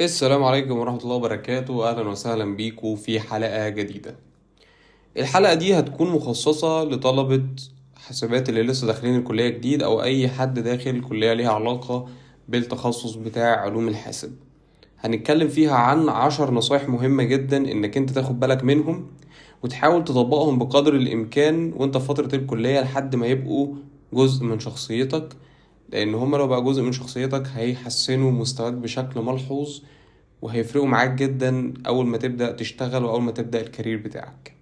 السلام عليكم ورحمة الله وبركاته. أهلا وسهلا بيكم في حلقة جديدة. الحلقة دي هتكون مخصصة لطلبة حسابات اللي لسه داخلين الكلية جديد، أو أي حد داخل الكلية ليها علاقة بالتخصص بتاع علوم الحاسب. هنتكلم فيها عن 10 نصايح مهمة جدا إنك أنت تاخد بالك منهم وتحاول تطبقهم بقدر الإمكان وأنت في فترة الكلية لحد ما يبقوا جزء من شخصيتك، لأن هما لو بقى جزء من شخصيتك هيحسنوا مستواك بشكل ملحوظ وهيفرقوا معاك جدا أول ما تبدأ تشتغل وأول ما تبدأ الكارير بتاعك.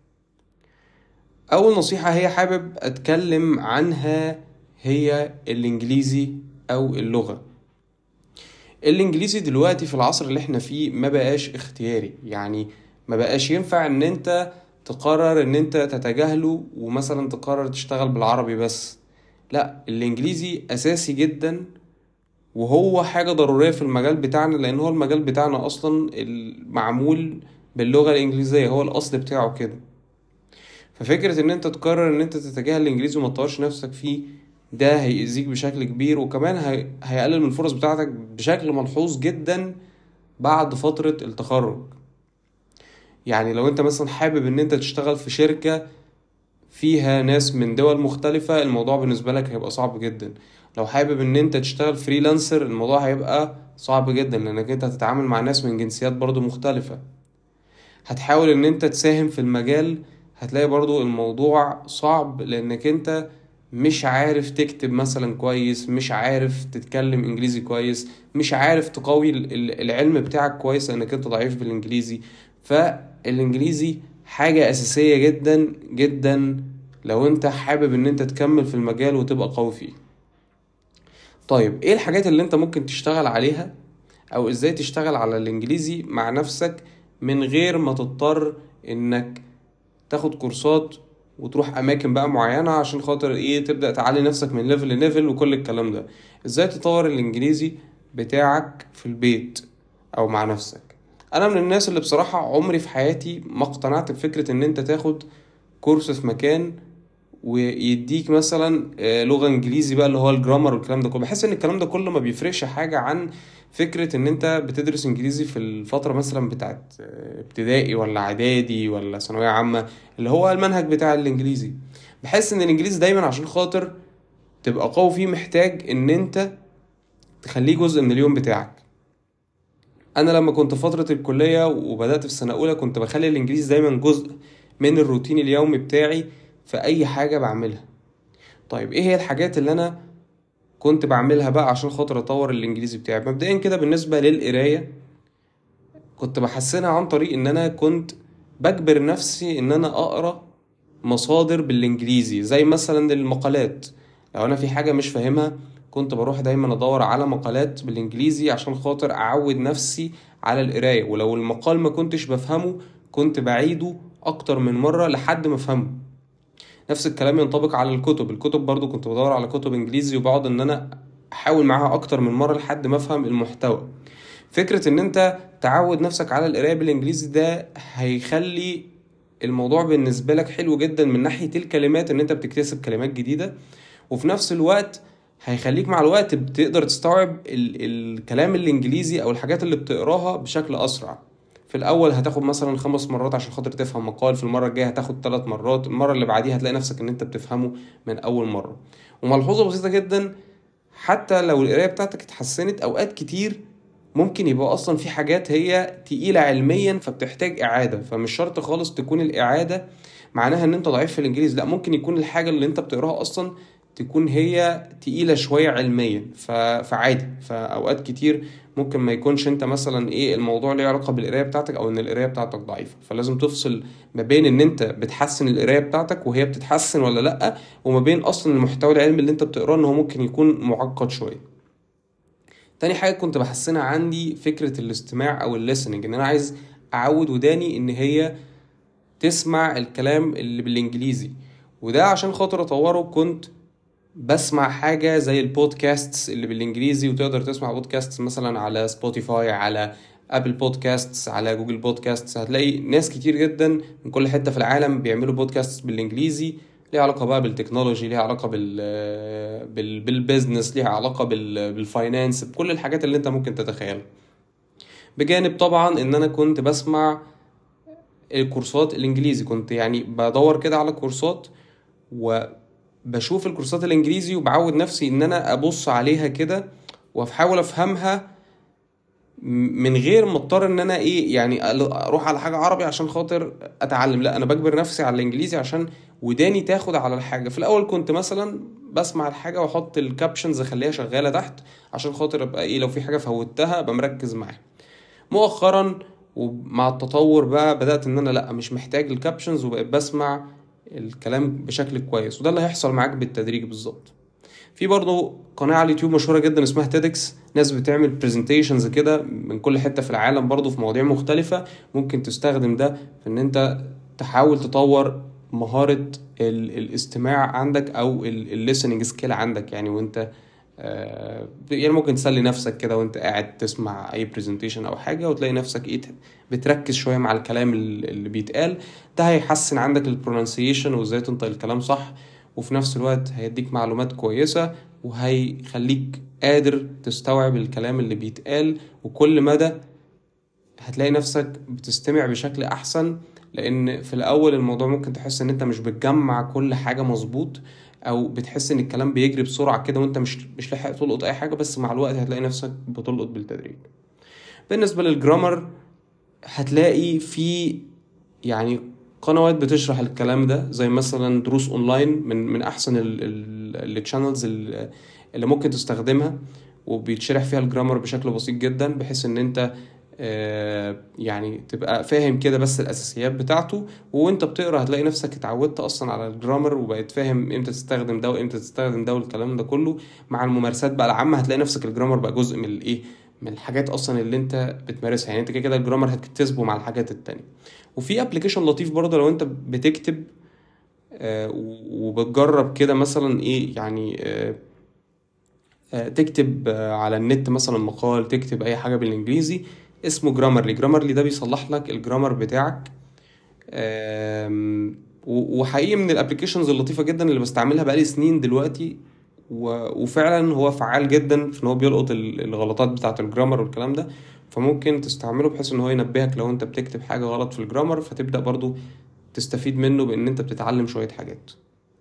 أول نصيحة هي حابب أتكلم عنها هي الإنجليزي أو اللغة. الإنجليزي دلوقتي في العصر اللي احنا فيه ما بقاش اختياري، يعني ما بقاش ينفع ان انت تقرر ان انت تتجاهله ومثلا تقرر تشتغل بالعربي بس. لا، الإنجليزي أساسي جدا وهو حاجة ضرورية في المجال بتاعنا، لأن هو المجال بتاعنا أصلا المعمول باللغة الإنجليزية، هو الأصل بتاعه كده. ففكرة إن أنت تقرر إن أنت تتجاهل الإنجليزي وما تطورش نفسك فيه، ده هيأذيك بشكل كبير، وكمان هيقلل من الفرص بتاعتك بشكل ملحوظ جدا بعد فترة التخرج. يعني لو أنت مثلا حابب إن أنت تشتغل في شركة فيها ناس من دول مختلفة، الموضوع بالنسبة لك هيبقى صعب جدا. لو حابب ان انت تشتغل فريلانسر، الموضوع هيبقى صعب جدا لانك انت هتتعامل مع ناس من جنسيات برضو مختلفة. هتحاول ان انت تساهم في المجال، هتلاقي برضو الموضوع صعب لانك انت مش عارف تكتب مثلا كويس، مش عارف تتكلم انجليزي كويس، مش عارف تقوي العلم بتاعك كويس لانك انت ضعيف بالانجليزي. فالانجليزي حاجة اساسية جدا جدا لو انت حابب ان انت تكمل في المجال وتبقى قوي فيه. طيب ايه الحاجات اللي انت ممكن تشتغل عليها، او ازاي تشتغل على الانجليزي مع نفسك من غير ما تضطر انك تاخد كورسات وتروح اماكن بقى معينة عشان خاطر ايه تبدأ تعلي نفسك من ليفل لليفل وكل الكلام ده؟ ازاي تطور الانجليزي بتاعك في البيت او مع نفسك؟ انا من الناس اللي بصراحة عمري في حياتي ما اقتنعت بفكرة ان انت تاخد كورس في مكان ويديك مثلا لغة انجليزي بقى اللي هو الجرامر والكلام ده كله. بحس ان الكلام ده كله ما بيفرقش حاجة عن فكرة ان انت بتدرس انجليزي في الفترة مثلا بتاعت ابتدائي ولا اعدادي ولا ثانوية عامة، اللي هو المنهج بتاع الانجليزي. بحس ان الانجليزي دايما عشان خاطر تبقى قوي فيه محتاج ان انت تخليه جزء من اليوم بتاعك. انا لما كنت في فترة الكلية وبدأت في سنة اولى كنت بخلي الانجليزي دايما جزء من الروتين اليومي بتاعي في اي حاجة بعملها. طيب ايه هي الحاجات اللي انا كنت بعملها بقى عشان خاطر اطور الانجليزي بتاعي؟ مبدئيا كده بالنسبة للقراية كنت بحسنها عن طريق ان انا كنت بجبر نفسي ان انا اقرا مصادر بالانجليزي، زي مثلا المقالات. لو انا في حاجة مش فاهمها كنت بروح دايما ادور على مقالات بالانجليزي عشان خاطر اعود نفسي على القراية، ولو المقال ما كنتش بفهمه كنت بعيده اكتر من مرة لحد ما افهمه. نفس الكلام ينطبق على الكتب برضو كنت بدور على كتب انجليزي وبقعد ان انا احاول معاها اكتر من مرة لحد ما افهم المحتوى. فكرة ان انت تعود نفسك على القراية بالانجليزي ده هيخلي الموضوع بالنسبة لك حلو جدا من ناحية الكلمات، ان انت بتكتسب كلمات جديدة، وفي نفس الوقت هيخليك مع الوقت بتقدر تستوعب الكلام الانجليزي او الحاجات اللي بتقراها بشكل اسرع. في الاول هتاخد مثلا 5 مرات عشان خاطر تفهم مقال، في المرة الجاية هتاخد 3 مرات، المرة اللي بعديها هتلاقي نفسك ان انت بتفهمه من اول مرة. وملحوظة بسيطة جدا، حتى لو القراية بتاعتك اتحسنت اوقات كتير ممكن يبقى اصلا في حاجات هي تقيلة علميا فبتحتاج اعادة، فمش شرط خالص تكون الاعادة معناها ان انت ضعيف في الانجليزي. لا، ممكن يكون الحاجة اللي انت بتقراها اصلا تكون هي تقيلة شوية علميا، فعادي. فاوقات كتير ممكن ما يكونش انت مثلا ايه الموضوع ليه علاقة بالقراية بتاعتك او ان القراية بتاعتك ضعيفة، فلازم تفصل ما بين ان انت بتحسن القراية بتاعتك وهي بتتحسن ولا لا، وما بين اصلا المحتوى العلمي اللي انت بتقراه ان هو ممكن يكون معقد شوية. تاني حاجة كنت بحسنها عندي فكرة الاستماع او الليسننج، ان انا عايز اعود وداني ان هي تسمع الكلام اللي بالانجليزي. وده عشان خاطر اطوره كنت بسمع حاجة زي البودكاست اللي بالانجليزي، وتقدر تسمع بودكاست مثلا على سبوتيفاي، على ابل بودكاست، على جوجل بودكاست. هتلاقي ناس كتير جدا من كل حتة في العالم بيعملوا بودكاست بالانجليزي، ليها علاقة بقى بالتكنولوجي، ليها علاقة بالبيزنس، ليها علاقة بالفاينانس، بكل الحاجات اللي انت ممكن تتخيلها. بجانب طبعا ان انا كنت بسمع الكورسات الانجليزي، كنت يعني بدور كده على كورسات وبشوف الكورسات الانجليزي وبعود نفسي ان انا ابص عليها كده واحاول افهمها من غير ما اضطر ان انا ايه يعني اروح على حاجه عربي عشان خاطر اتعلم. لا، انا بجبر نفسي على الانجليزي عشان وداني تاخد على الحاجه. في الاول كنت مثلا بسمع الحاجه واحط الكابشنز اخليها شغاله تحت عشان خاطر ابقى ايه لو في حاجه فوتها ابقى مركز معاها. مؤخرا ومع التطور بقى بدات ان انا لا مش محتاج الكابشنز وبقيت بسمع الكلام بشكل كويس، وده اللي هيحصل معاك بالتدريج بالظبط. في برضه قناة على اليوتيوب مشهورة جدا اسمها تيدكس، ناس بتعمل برزنتيشنز كده من كل حتة في العالم برضه في مواضيع مختلفة. ممكن تستخدم ده في ان انت تحاول تطور مهارة الاستماع عندك او الليسننج سكيل عندك يعني. وانت يعني ممكن تسلي نفسك كده وانت قاعد تسمع اي برزنتيشن او حاجة وتلاقي نفسك ايه بتركز شوية مع الكلام اللي بيتقال. ده هيحسن عندك البرونانسيشن وازاي تنطق الكلام صح، وفي نفس الوقت هيديك معلومات كويسة وهيخليك قادر تستوعب الكلام اللي بيتقال. وكل مدى هتلاقي نفسك بتستمع بشكل أحسن، لأن في الأول الموضوع ممكن تحس إن أنت مش بتجمع كل حاجة مظبوط، أو بتحس إن الكلام بيجري بسرعة كده وأنت مش لاحق تلقط أي حاجة، بس مع الوقت هتلاقي نفسك بتلقط بالتدريج. بالنسبة للجرامر هتلاقي في يعني قنوات بتشرح الكلام ده، زي مثلا دروس اونلاين من احسن التشانلز اللي ممكن تستخدمها، وبيتشرح فيها الجرامر بشكل بسيط جدا بحيث ان انت يعني تبقى فاهم كده بس الاساسيات بتاعته. وانت بتقرا هتلاقي نفسك اتعودت اصلا على الجرامر وبقيت فاهم امتى تستخدم ده وامتى تستخدم ده والكلام ده كله. مع الممارسات بقى العامه هتلاقي نفسك الجرامر بقى جزء من الايه من الحاجات اصلا اللي انت بتمارسها. يعني انت كده كده الجرامر هتكتسبه مع الحاجات التانية. وفي ابلكيشن لطيف برضه لو انت بتكتب وبتجرب كده مثلا ايه يعني تكتب على النت مثلا مقال، تكتب اي حاجه بالانجليزي، اسمه جرامرلي ده بيصلح لك الجرامر بتاعك. وحقيقي من الابلكيشنز اللطيفه جدا اللي بستعملها بقالي سنين دلوقتي، وفعلا هو فعال جدا في ان هو بيلقط الغلطات بتاعه الجرامر والكلام ده. فممكن تستعمله بحيث ان هو ينبهك لو انت بتكتب حاجه غلط في الجرامر، فتبدا برضو تستفيد منه بان انت بتتعلم شويه حاجات.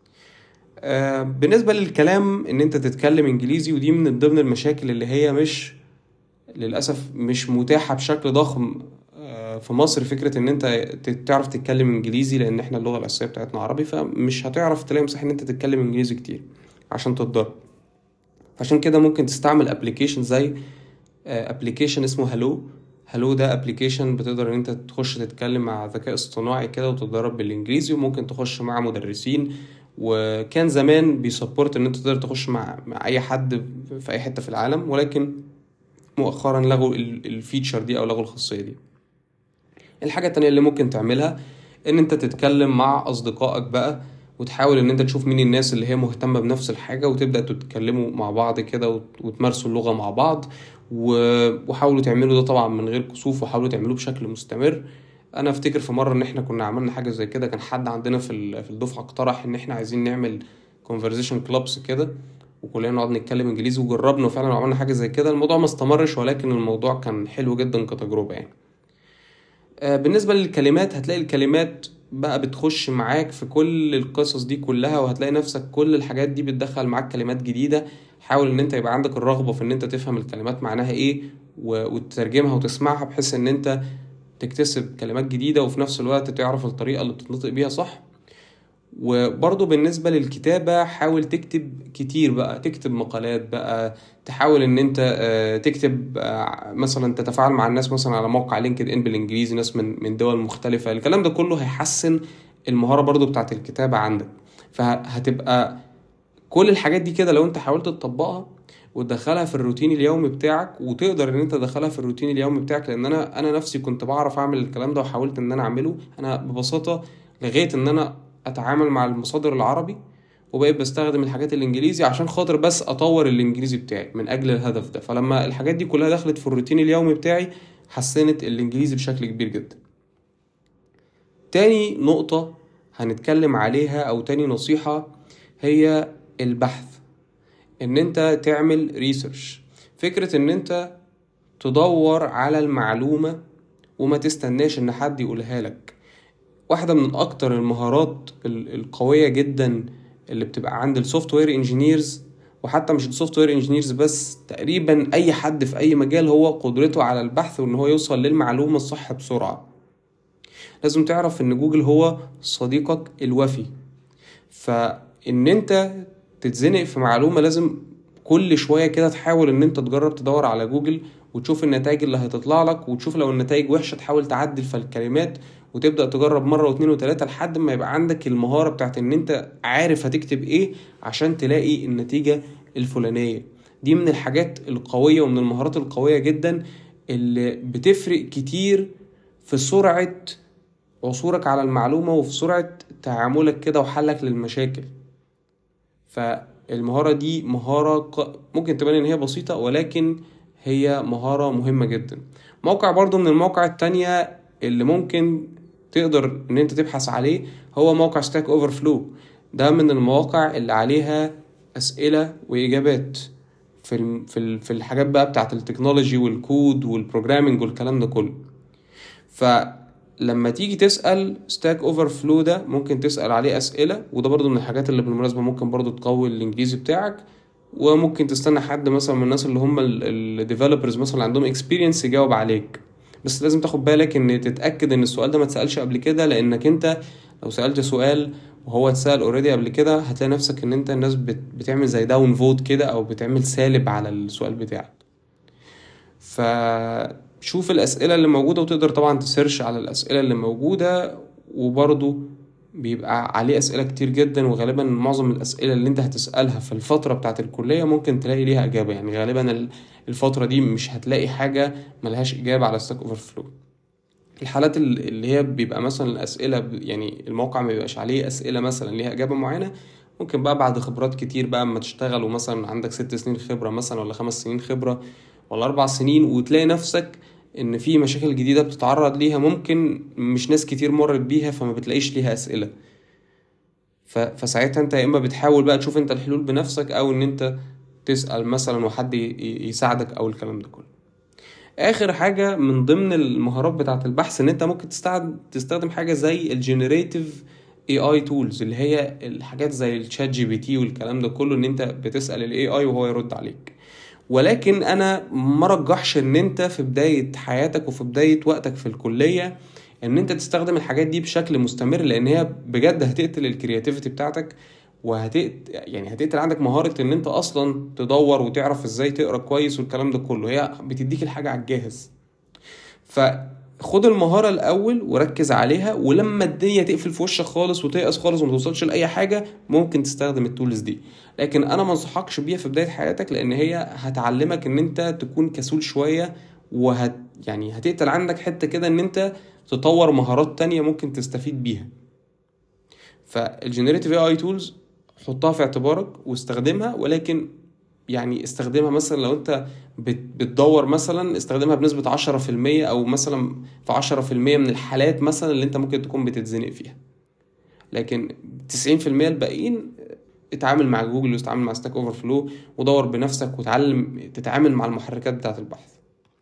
بالنسبه للكلام ان انت تتكلم انجليزي، ودي من ضمن المشاكل اللي هي مش للاسف مش متاحه بشكل ضخم في مصر. فكره ان انت تعرف تتكلم انجليزي، لان احنا اللغه الاساسيه بتاعتنا عربي، فمش هتعرف تلاقي مساحه ان انت تتكلم انجليزي كتير عشان تتدرب. عشان كده ممكن تستعمل ابلكيشن زي ابلكيشن اسمه هالو ده ابلكيشن بتقدر ان انت تخش تتكلم مع ذكاء اصطناعي كده وتتدرب بالانجليزي، وممكن تخش مع مدرسين. وكان زمان بيسبورت ان انت تقدر تخش مع اي حد في اي حته في العالم، ولكن مؤخرا لغوا الفيتشر دي او لغوا الخاصيه دي. الحاجه التانية اللي ممكن تعملها ان انت تتكلم مع اصدقائك بقى، وتحاول ان انت تشوف مين الناس اللي هي مهتمة بنفس الحاجة وتبدأ تتكلموا مع بعض كده وتمارسوا اللغة مع بعض. وحاولوا تعملوا ده طبعا من غير كسوف، وحاولوا تعملوه بشكل مستمر. انا افتكر في مرة ان احنا كنا عملنا حاجة زي كده، كان حد عندنا في الدفعة اقترح ان احنا عايزين نعمل conversation clubs كده وكلنا نقعد نتكلم انجليزي، وجربنا وفعلا وعملنا حاجة زي كده. الموضوع ما استمرش ولكن الموضوع كان حلو جدا كتجربة يعني. بالنسبة للكلمات هتلاقي الكلمات بقى بتخش معاك في كل القصص دي كلها، وهتلاقي نفسك كل الحاجات دي بتدخل معاك كلمات جديدة. حاول ان انت يبقى عندك الرغبة في ان انت تفهم الكلمات معناها ايه وتترجمها وتسمعها، بحيث ان انت تكتسب كلمات جديدة وفي نفس الوقت تعرف الطريقة اللي بتنطق بيها صح. وبرضو بالنسبة للكتابة حاول تكتب كتير بقى، تكتب مقالات بقى، تحاول ان انت تكتب مثلا تتفاعل مع الناس مثلا على موقع لينكد ان بالانجليزي، ناس من دول مختلفة. الكلام ده كله هيحسن المهارة برضو بتاعت الكتابة عندك. فهتبقى كل الحاجات دي كده لو انت حاولت تطبقها وتدخلها في الروتين اليومي بتاعك، وتقدر ان انت تدخلها في الروتين اليومي بتاعك. لان انا نفسي كنت بعرف اعمل الكلام ده وحاولت ان انا اعمله انا ببساطة لغاية ان انا اتعامل مع المصادر العربي، وبقيت بستخدم الحاجات الانجليزي عشان خاطر بس اطور الانجليزي بتاعي من اجل الهدف ده. فلما الحاجات دي كلها دخلت في الروتين اليومي بتاعي حسنت الانجليزي بشكل كبير جدا. تاني نقطة هنتكلم عليها او تاني نصيحة هي البحث. ان انت تعمل ريسيرش. فكرة ان انت تدور على المعلومة وما تستناش ان حد يقولها لك. واحدة من اكتر المهارات القوية جدا اللي بتبقى عند السوفت وير انجينيرز، وحتى مش السوفت وير انجينيرز بس، تقريبا اي حد في اي مجال، هو قدرته على البحث وان هو يوصل للمعلومة الصح بسرعة. لازم تعرف ان جوجل هو صديقك الوفي، فان انت تتزنق في معلومة لازم كل شوية كده تحاول ان انت تجرب تدور على جوجل وتشوف النتائج اللي هتطلع لك، وتشوف لو النتائج وحشة تحاول تعدل في الكلمات، وتبدأ تجرب مرة واثنين وثلاثة لحد ما يبقى عندك المهارة بتاعت ان انت عارف هتكتب ايه عشان تلاقي النتيجة الفلانية. دي من الحاجات القوية ومن المهارات القوية جدا اللي بتفرق كتير في سرعة عثورك على المعلومة وفي سرعة تعاملك كده وحلك للمشاكل. فالمهارة دي مهارة ممكن تبان ان هي بسيطة، ولكن هي مهارة مهمة جدا. موقع برضو من المواقع التانية اللي ممكن تقدر ان انت تبحث عليه هو موقع ستاك اوفرفلو. ده من المواقع اللي عليها اسئلة واجابات في الحاجات بقى بتاعت التكنولوجي والكود والبروجرامينج والكلام ده كله. فلما تيجي تسأل ستاك اوفرفلو ده ممكن تسأل عليه اسئلة، وده برضو من الحاجات اللي بالمناسبة ممكن برضو تقوي الانجليزي بتاعك. وممكن تستنى حد مثلا من الناس اللي هم الديفلوبرز مثلا عندهم اكسبيرينس يجاوب عليك، بس لازم تاخد بالك ان تتأكد ان السؤال ده ما تسألش قبل كده، لانك انت لو سألت سؤال وهو اتسأل اوريدي قبل كده هتلاقي نفسك ان انت الناس بتعمل زي داون فوت كده او بتعمل سالب على السؤال بتاعك. فشوف الاسئلة اللي موجودة، وتقدر طبعا تسيرش على الاسئلة اللي موجودة، وبرضو بيبقى عليه أسئلة كتير جدا، وغالبا معظم الأسئلة اللي انت هتسألها في الفترة بتاعت الكلية ممكن تلاقي ليها إجابة. يعني غالبا الفترة دي مش هتلاقي حاجة ملهاش إجابة على ستاك اوفرفلو. الحالات اللي هي بيبقى مثلا الأسئلة يعني الموقع ما بيبقاش عليه أسئلة مثلا ليها إجابة معينة، ممكن بقى بعد خبرات كتير بقى اما تشتغل ومثلا عندك 6 سنين خبرة مثلا ولا 5 سنين خبرة ولا 4 سنين، وتلاقي نفسك ان في مشاكل جديدة بتتعرض ليها ممكن مش ناس كتير مرت بيها فما بتلاقيش ليها أسئلة. فساعتها انت يا اما بتحاول بقى تشوف انت الحلول بنفسك، او ان انت تسأل مثلا وحد يساعدك او الكلام ده كله. اخر حاجة من ضمن المهارات بتاعة البحث ان انت ممكن تستخدم حاجة زي الجينيريتيف AI tools، اللي هي الحاجات زي الشات جي بي تي والكلام ده كله، ان انت بتسأل ال AI وهو يرد عليك. ولكن انا ما رجحش ان انت في بداية حياتك وفي بداية وقتك في الكلية ان انت تستخدم الحاجات دي بشكل مستمر، لان هي بجد هتقتل الكرياتيفيتي بتاعتك، هتقتل عندك مهارة ان انت اصلا تدور وتعرف ازاي تقرأ كويس والكلام ده كله. هي بتديك الحاجة على الجاهز. فخد المهارة الاول وركز عليها، ولما الدنيا تقفل في وشك خالص وتيأس خالص وما توصلش لاي حاجة ممكن تستخدم التولز دي. لكن انا ما انصحكش بيها في بداية حياتك، لان هي هتعلمك ان انت تكون كسول شوية، هتقتل عندك حتة كده ان انت تطور مهارات تانية ممكن تستفيد بيها. فالجينيريتيف اي تولز حطها في اعتبارك واستخدمها، ولكن استخدمها مثلا لو انت بتدور مثلا استخدمها بنسبة 10%، او مثلا في 10% من الحالات مثلا اللي انت ممكن تكون بتتزنق فيها. لكن 90% الباقيين اتعامل مع جوجل وتتعامل مع ستاك اوفرفلو ودور بنفسك وتعلم تتعامل مع المحركات بتاعة البحث.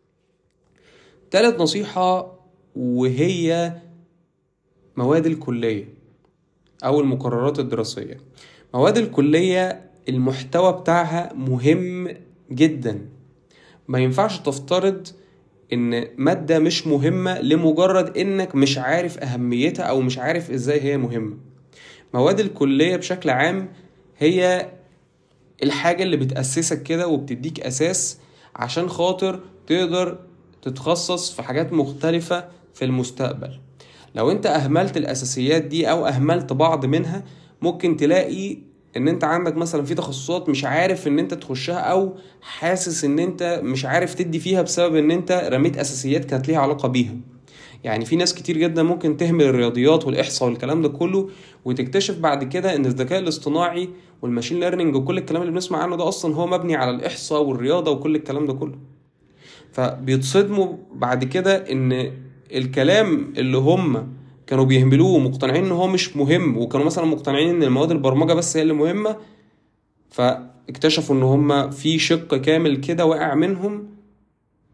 ثالث نصيحة وهي مواد الكلية أو المقررات الدراسية. مواد الكلية المحتوى بتاعها مهم جدا. ما ينفعش تفترض إن مادة مش مهمة لمجرد إنك مش عارف أهميتها أو مش عارف إزاي هي مهمة. مواد الكلية بشكل عام هي الحاجة اللي بتأسسك كده وبتديك أساس عشان خاطر تقدر تتخصص في حاجات مختلفة في المستقبل. لو انت اهملت الاساسيات دي او اهملت بعض منها ممكن تلاقي ان انت عندك مثلا في تخصصات مش عارف ان انت تخشها، او حاسس ان انت مش عارف تدي فيها بسبب ان انت رميت اساسيات كانت ليها علاقة بيها. في ناس كتير جدا ممكن تهمل الرياضيات والاحصاء والكلام ده كله، وتكتشف بعد كده ان الذكاء الاصطناعي والماشين ليرنينج وكل الكلام اللي بنسمع عنه ده اصلا هو مبني على الاحصاء والرياضة وكل الكلام ده كله. فبيتصدموا بعد كده ان الكلام اللي هم كانوا بيهملوه ومقتنعين ان هو مش مهم، وكانوا مثلا مقتنعين ان المواد البرمجة بس هي اللي مهمة، فاكتشفوا ان هم في شق كامل كده وقع منهم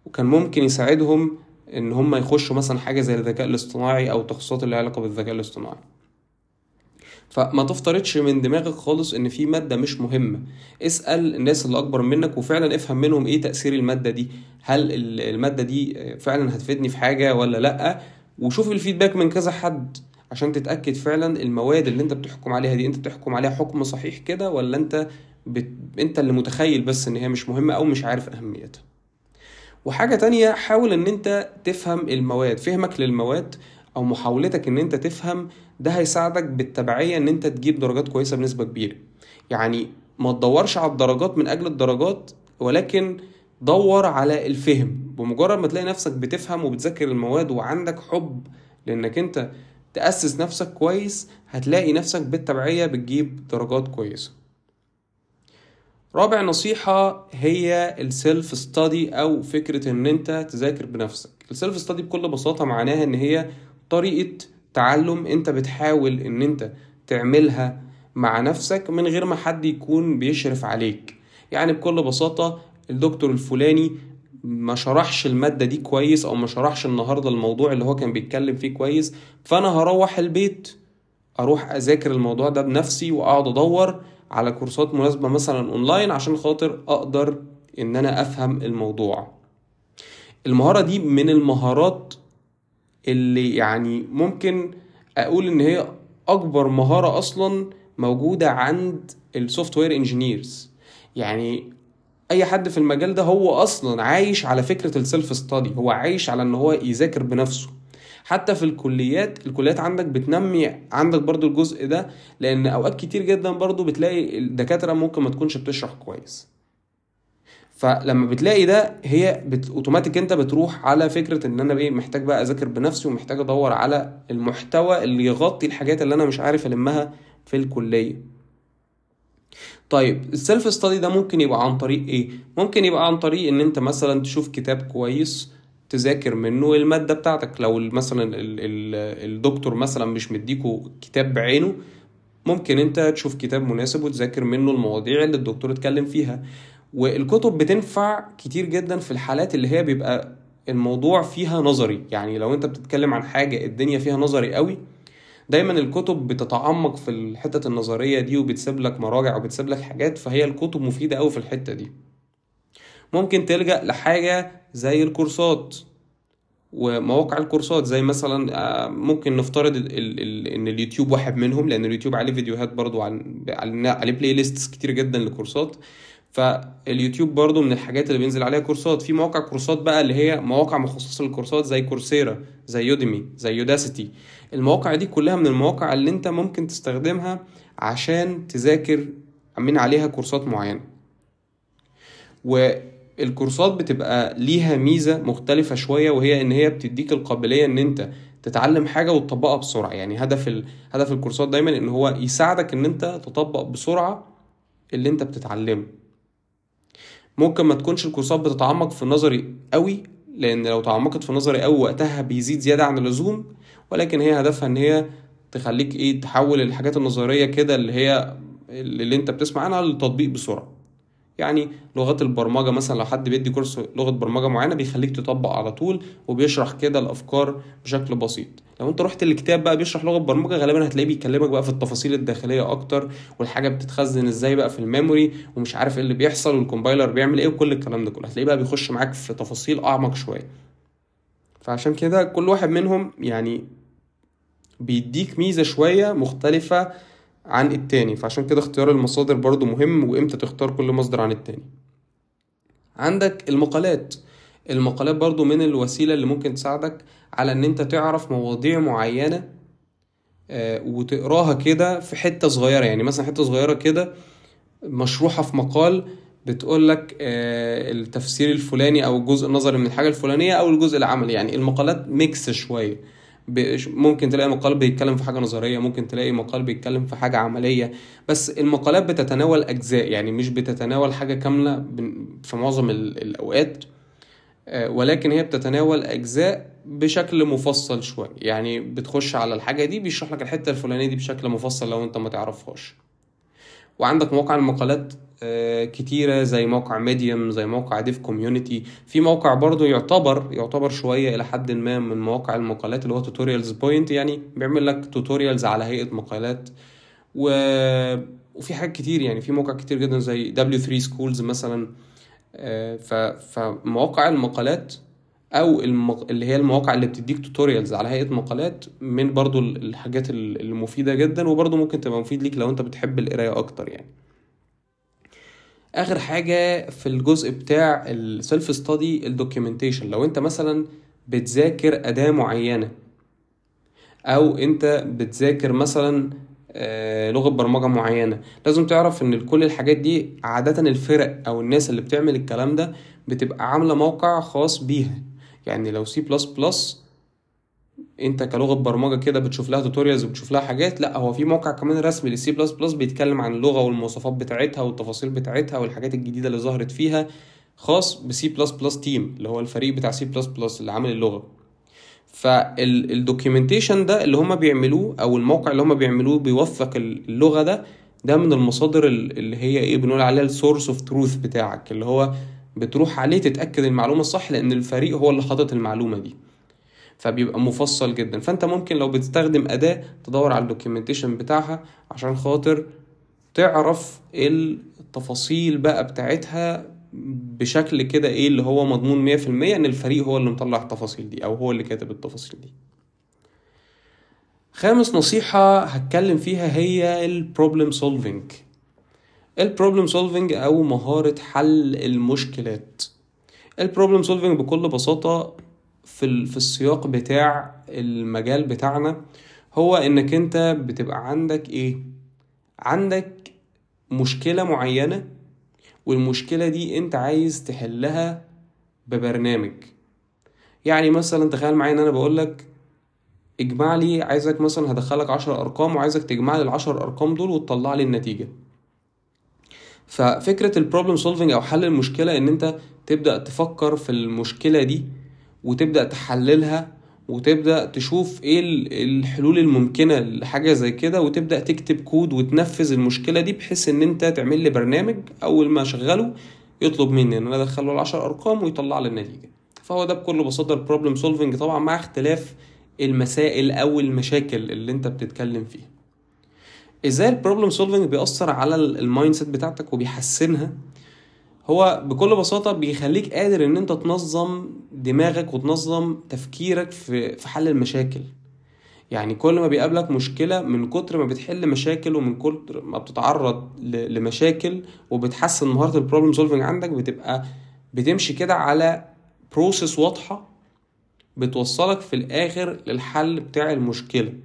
وكان ممكن يساعدهم ان هم يخشوا مثلا حاجة زي الذكاء الاصطناعي او التخصصات اللي علاقة بالذكاء الاصطناعي. فما تفترضش من دماغك خالص ان في مادة مش مهمة. اسأل الناس اللي اكبر منك وفعلا افهم منهم ايه تأثير المادة دي، هل المادة دي فعلا هتفيدني في حاجة ولا لأ، وشوف الفيدباك من كذا حد عشان تتأكد فعلا المواد اللي انت بتحكم عليها دي انت بتحكم عليها حكم صحيح كده، ولا انت اللي متخيل بس ان هي مش مهمة او مش عارف اهميتها. وحاجة تانية، حاول ان انت تفهم المواد. فهمك للمواد او محاولتك ان انت تفهم ده هيساعدك بالتبعية ان انت تجيب درجات كويسة بنسبة كبيرة. يعني ما تدورش على الدرجات من اجل الدرجات، ولكن دور على الفهم. بمجرد ما تلاقي نفسك بتفهم وبتذاكر المواد وعندك حب لانك انت تأسس نفسك كويس، هتلاقي نفسك بالتبعية بتجيب درجات كويسة. رابع نصيحة هي السيلف ستادي او فكرة ان انت تذاكر بنفسك. السيلف ستادي بكل بساطة معناها ان هي طريقة تعلم انت بتحاول ان انت تعملها مع نفسك من غير ما حد يكون بيشرف عليك. يعني بكل بساطة الدكتور الفلاني ما شرحش المادة دي كويس او ما شرحش النهاردة الموضوع اللي هو كان بيتكلم فيه كويس، فانا هروح البيت اروح اذاكر الموضوع ده بنفسي واقعد ادور على كورسات مناسبة مثلا اونلاين عشان خاطر اقدر ان انا افهم الموضوع. المهارة دي من المهارات اللي يعني ممكن اقول ان هي اكبر مهارة اصلا موجودة عند السوفت وير انجينيرز. يعني اي حد في المجال ده هو اصلا عايش على فكرة السيلف ستادي، هو عايش على ان هو يذاكر بنفسه. حتى في الكليات عندك بتنمي عندك برضو الجزء ده، لان اوقات كتير جدا برضو بتلاقي الدكاترة ممكن ما تكونش بتشرح كويس. فلما بتلاقي ده هي اوتوماتيك انت بتروح على فكرة ان انا محتاج بقى اذاكر بنفسي ومحتاج ادور على المحتوى اللي يغطي الحاجات اللي انا مش عارف المها في الكلية. طيب السيلف ستادي ده ممكن يبقى عن طريق ايه؟ ممكن يبقى عن طريق ان انت مثلا تشوف كتاب كويس تذاكر منه المادة بتاعتك. لو مثلا الدكتور مثلا مش مديكوا كتاب بعينه، ممكن انت تشوف كتاب مناسب وتذاكر منه المواضيع اللي الدكتور اتكلم فيها. والكتب بتنفع كتير جدا في الحالات اللي هي بيبقى الموضوع فيها نظري. يعني لو انت بتتكلم عن حاجة الدنيا فيها نظري قوي، دايما الكتب بتتعمق في الحتة النظرية دي وبتسيب لك مراجع وبتسيب لك حاجات، فهي الكتب مفيدة قوي في الحتة دي. ممكن تلجأ لحاجة زي الكورسات ومواقع الكورسات، زي مثلا ممكن نفترض ان اليوتيوب واحد منهم، لان اليوتيوب عليه فيديوهات برضو عليه بلاي ليست كتير جدا لكورسات. فاليوتيوب برضو من الحاجات اللي بينزل عليها كورسات. في مواقع كورسات بقى اللي هي مواقع مخصصة للكورسات زي كورسيرا، زي يوديمي، زي يوداسيتي. المواقع دي كلها من المواقع اللي انت ممكن تستخدمها عشان تذاكر من عليها كورسات معينة. والكورسات بتبقى ليها ميزة مختلفة شوية، وهي ان هي بتديك القابلية ان انت تتعلم حاجة وتطبقها بسرعة. يعني هدف الكورسات دايما ان هو يساعدك ان انت تطبق بسرعة اللي انت بتتعلمه. ممكن ما تكونش الكورسات بتتعمق في النظري قوي، لان لو تعمقت في النظري قوي وقتها بيزيد زيادة عن اللزوم، ولكن هي هدفها ان هي تخليك تحول الحاجات النظرية كده اللي انت بتسمع عنها للتطبيق بسرعة. يعني لغات البرمجة مثلا، لو حد بيدي كورس لغة برمجة معينة بيخليك تطبق على طول وبيشرح كده الأفكار بشكل بسيط. لو انت رحت الكتاب بقى بيشرح لغة برمجة، غالبا هتلاقيه بيكلمك بقى في التفاصيل الداخلية أكتر، والحاجة بتتخزن ازاي بقى في الميموري ومش عارف ايه اللي بيحصل والكومبايلر بيعمل ايه وكل الكلام ده كله، هتلاقيه بقى بيخش معاك في تفاصيل أعمق شوية. فعشان كده كل واحد منهم يعني بيديك ميزة شوية مختلفة عن التاني. فعشان كده اختيار المصادر برضو مهم، وامتى تختار كل مصدر عن التاني. عندك المقالات برضو من الوسيلة اللي ممكن تساعدك على ان انت تعرف مواضيع معينة وتقراها كده في حتة صغيرة. يعني مثلا حتة صغيرة كده مشروحة في مقال بتقولك التفسير الفلاني او الجزء النظري من الحاجة الفلانية او الجزء العملي. يعني المقالات ميكس شوية، ممكن تلاقي مقال بيتكلم في حاجة نظرية، ممكن تلاقي مقال بيتكلم في حاجة عملية. بس المقالات بتتناول أجزاء، يعني مش بتتناول حاجة كاملة في معظم الأوقات، ولكن هي بتتناول أجزاء بشكل مفصل شوية. يعني بتخش على الحاجة دي بيشرح لك الحتة الفلانية دي بشكل مفصل لو انت ما تعرفهاش. وعندك مواقع المقالات كتيرة زي موقع ميديوم، زي موقع ديف كوميونيتي. في موقع برضو يعتبر شوية إلى حد ما من مواقع المقالات اللي هو توتوريالز بوينت، يعني بيعمل لك توتوريالز على هيئة مقالات. و... وفي حاجات كتير، يعني في موقع كتير جدا زي W3 Schools مثلا. فمواقع المقالات او اللي هي المواقع اللي بتديك توتوريالز على هيئة مقالات من برضو الحاجات اللي مفيدة جدا، وبرضو ممكن تبقى مفيد ليك لو انت بتحب القراية اكتر يعني. اخر حاجة في الجزء بتاع السيلف ستادي الدوكيومنتيشن. لو انت مثلا بتذاكر اداة معينة، او انت بتذاكر مثلا لغة برمجة معينة، لازم تعرف ان كل الحاجات دي عادة الفرق او الناس اللي بتعمل الكلام ده بتبقى عاملة موقع خاص بيها. يعني لو سي بلس بلس انت كلغة برمجة كده بتشوف لها توتوريالز وبتشوف لها حاجات، لا هو في موقع كمان رسمي للسي بلس بلس بيتكلم عن اللغة والمواصفات بتاعتها والتفاصيل بتاعتها والحاجات الجديدة اللي ظهرت فيها، خاص بسي بلس بلس تيم اللي هو الفريق بتاع سي بلس بلس اللي عامل اللغة. فالدوكيومنتيشن ده اللي هم بيعملوه او الموقع اللي هم بيعملوه بيوثق اللغة ده من المصادر اللي هي ايه بنقول عليها السورس اوف تروث بتاعك، اللي هو بتروح عليه تتأكد المعلومة الصح لان الفريق هو اللي حاطط المعلومة دي. فبيبقى مفصل جدا. فانت ممكن لو بتستخدم أداة تدور على الدوكيومنتيشن بتاعها عشان خاطر تعرف التفاصيل بقى بتاعتها بشكل كده ايه اللي هو مضمون 100% ان الفريق هو اللي مطلع التفاصيل دي او هو اللي كاتب التفاصيل دي. خامس نصيحة هتكلم فيها هي البروبلم سولفينج. البروبلم سولفينج او مهارة حل المشكلات. البروبلم سولفينج بكل بساطة في السياق بتاع المجال بتاعنا هو انك انت بتبقى عندك ايه، عندك مشكلة معينة، والمشكلة دي انت عايز تحلها ببرنامج. يعني مثلا تخيل معايا ان انا بقولك اجمع لي، عايزك مثلا هدخلك 10 ارقام وعايزك تجمع لي ال10 ارقام دول وتطلع لي النتيجة. ففكرة البروبلم سولفينج او حل المشكلة ان انت تبدأ تفكر في المشكلة دي وتبدأ تحللها وتبدأ تشوف ايه الحلول الممكنة لحاجة زي كده، وتبدأ تكتب كود وتنفذ المشكلة دي بحيث ان انت تعمل لي برنامج اول ما اشغله يطلب مني ان انا ادخله 10 ارقام ويطلع لي النتيجة. فهو ده بكل بساطة البروبلم سولفينج، طبعا مع اختلاف المسائل او المشاكل اللي انت بتتكلم فيها. ازاي البروبلم سولفينج بيأثر على المايند سيت بتاعتك وبيحسنها؟ هو بكل بساطة بيخليك قادر ان انت تنظم دماغك وتنظم تفكيرك في حل المشاكل. يعني كل ما بيقابلك مشكلة، من كتر ما بتحل مشاكل ومن كتر ما بتتعرض لمشاكل وبتحسن مهارة البروبلم سولفينج عندك، بتبقى بتمشي كده على بروسيس واضحة بتوصلك في الاخر للحل بتاع المشكلة.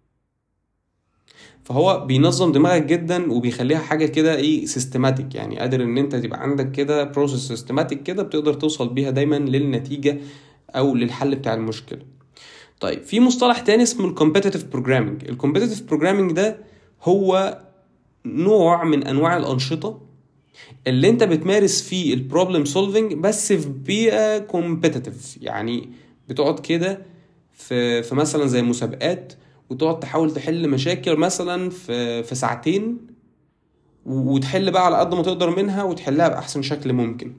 فهو بينظم دماغك جدا وبيخليها حاجة كده ايه سيستماتيك، يعني قادر ان انت تبقى عندك كده بروسيس سيستماتيك كده بتقدر توصل بيها دايما للنتيجة او للحل بتاع المشكلة. طيب في مصطلح تاني اسمه الكومبيتيتيف بروجرامينج. الكومبيتيتيف بروجرامينج ده هو نوع من انواع الانشطة اللي انت بتمارس فيه البروبلم سولفينج بس في بيئة كومبيتيتيف. يعني بتقعد كده في مثلا زي مسابقات وتقعد تحاول تحل مشاكل مثلا في ساعتين، وتحل بقى على قد ما تقدر منها وتحلها بأحسن شكل ممكن.